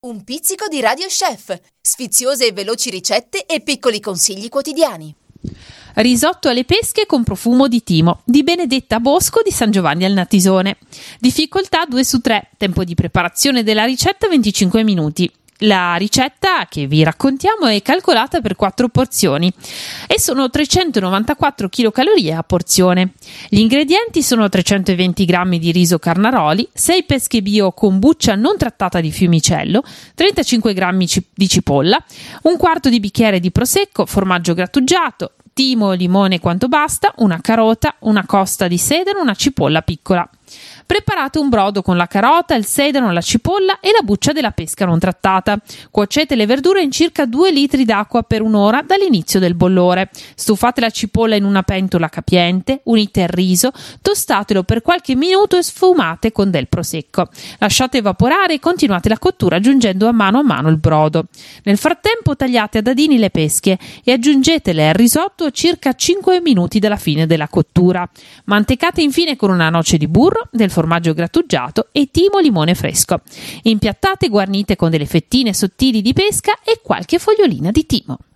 Un pizzico di Radio Chef, sfiziose e veloci ricette e piccoli consigli quotidiani. Risotto alle pesche con profumo di timo di Benedetta Bosco di San Giovanni al Natisone. Difficoltà 2 su 3, tempo di preparazione della ricetta 25 minuti. La ricetta che vi raccontiamo è calcolata per 4 porzioni e sono 394 kcal a porzione. Gli ingredienti sono 320 g di riso Carnaroli, 6 pesche bio con buccia non trattata di fiumicello, 35 g di cipolla, un quarto di bicchiere di prosecco, formaggio grattugiato, timo, limone quanto basta, una carota, una costa di sedano, una cipolla piccola. Preparate un brodo con la carota, il sedano, la cipolla e la buccia della pesca non trattata. Cuocete le verdure in circa 2 litri d'acqua per un'ora dall'inizio del bollore. Stufate la cipolla in una pentola capiente, unite il riso, tostatelo per qualche minuto e sfumate con del prosecco. Lasciate evaporare e continuate la cottura aggiungendo a mano il brodo. Nel frattempo tagliate a dadini le pesche e aggiungetele al risotto a circa 5 minuti dalla fine della cottura. Mantecate infine con una noce di burro, del formaggio grattugiato e timo limone fresco. Impiattate e guarnite con delle fettine sottili di pesca e qualche fogliolina di timo.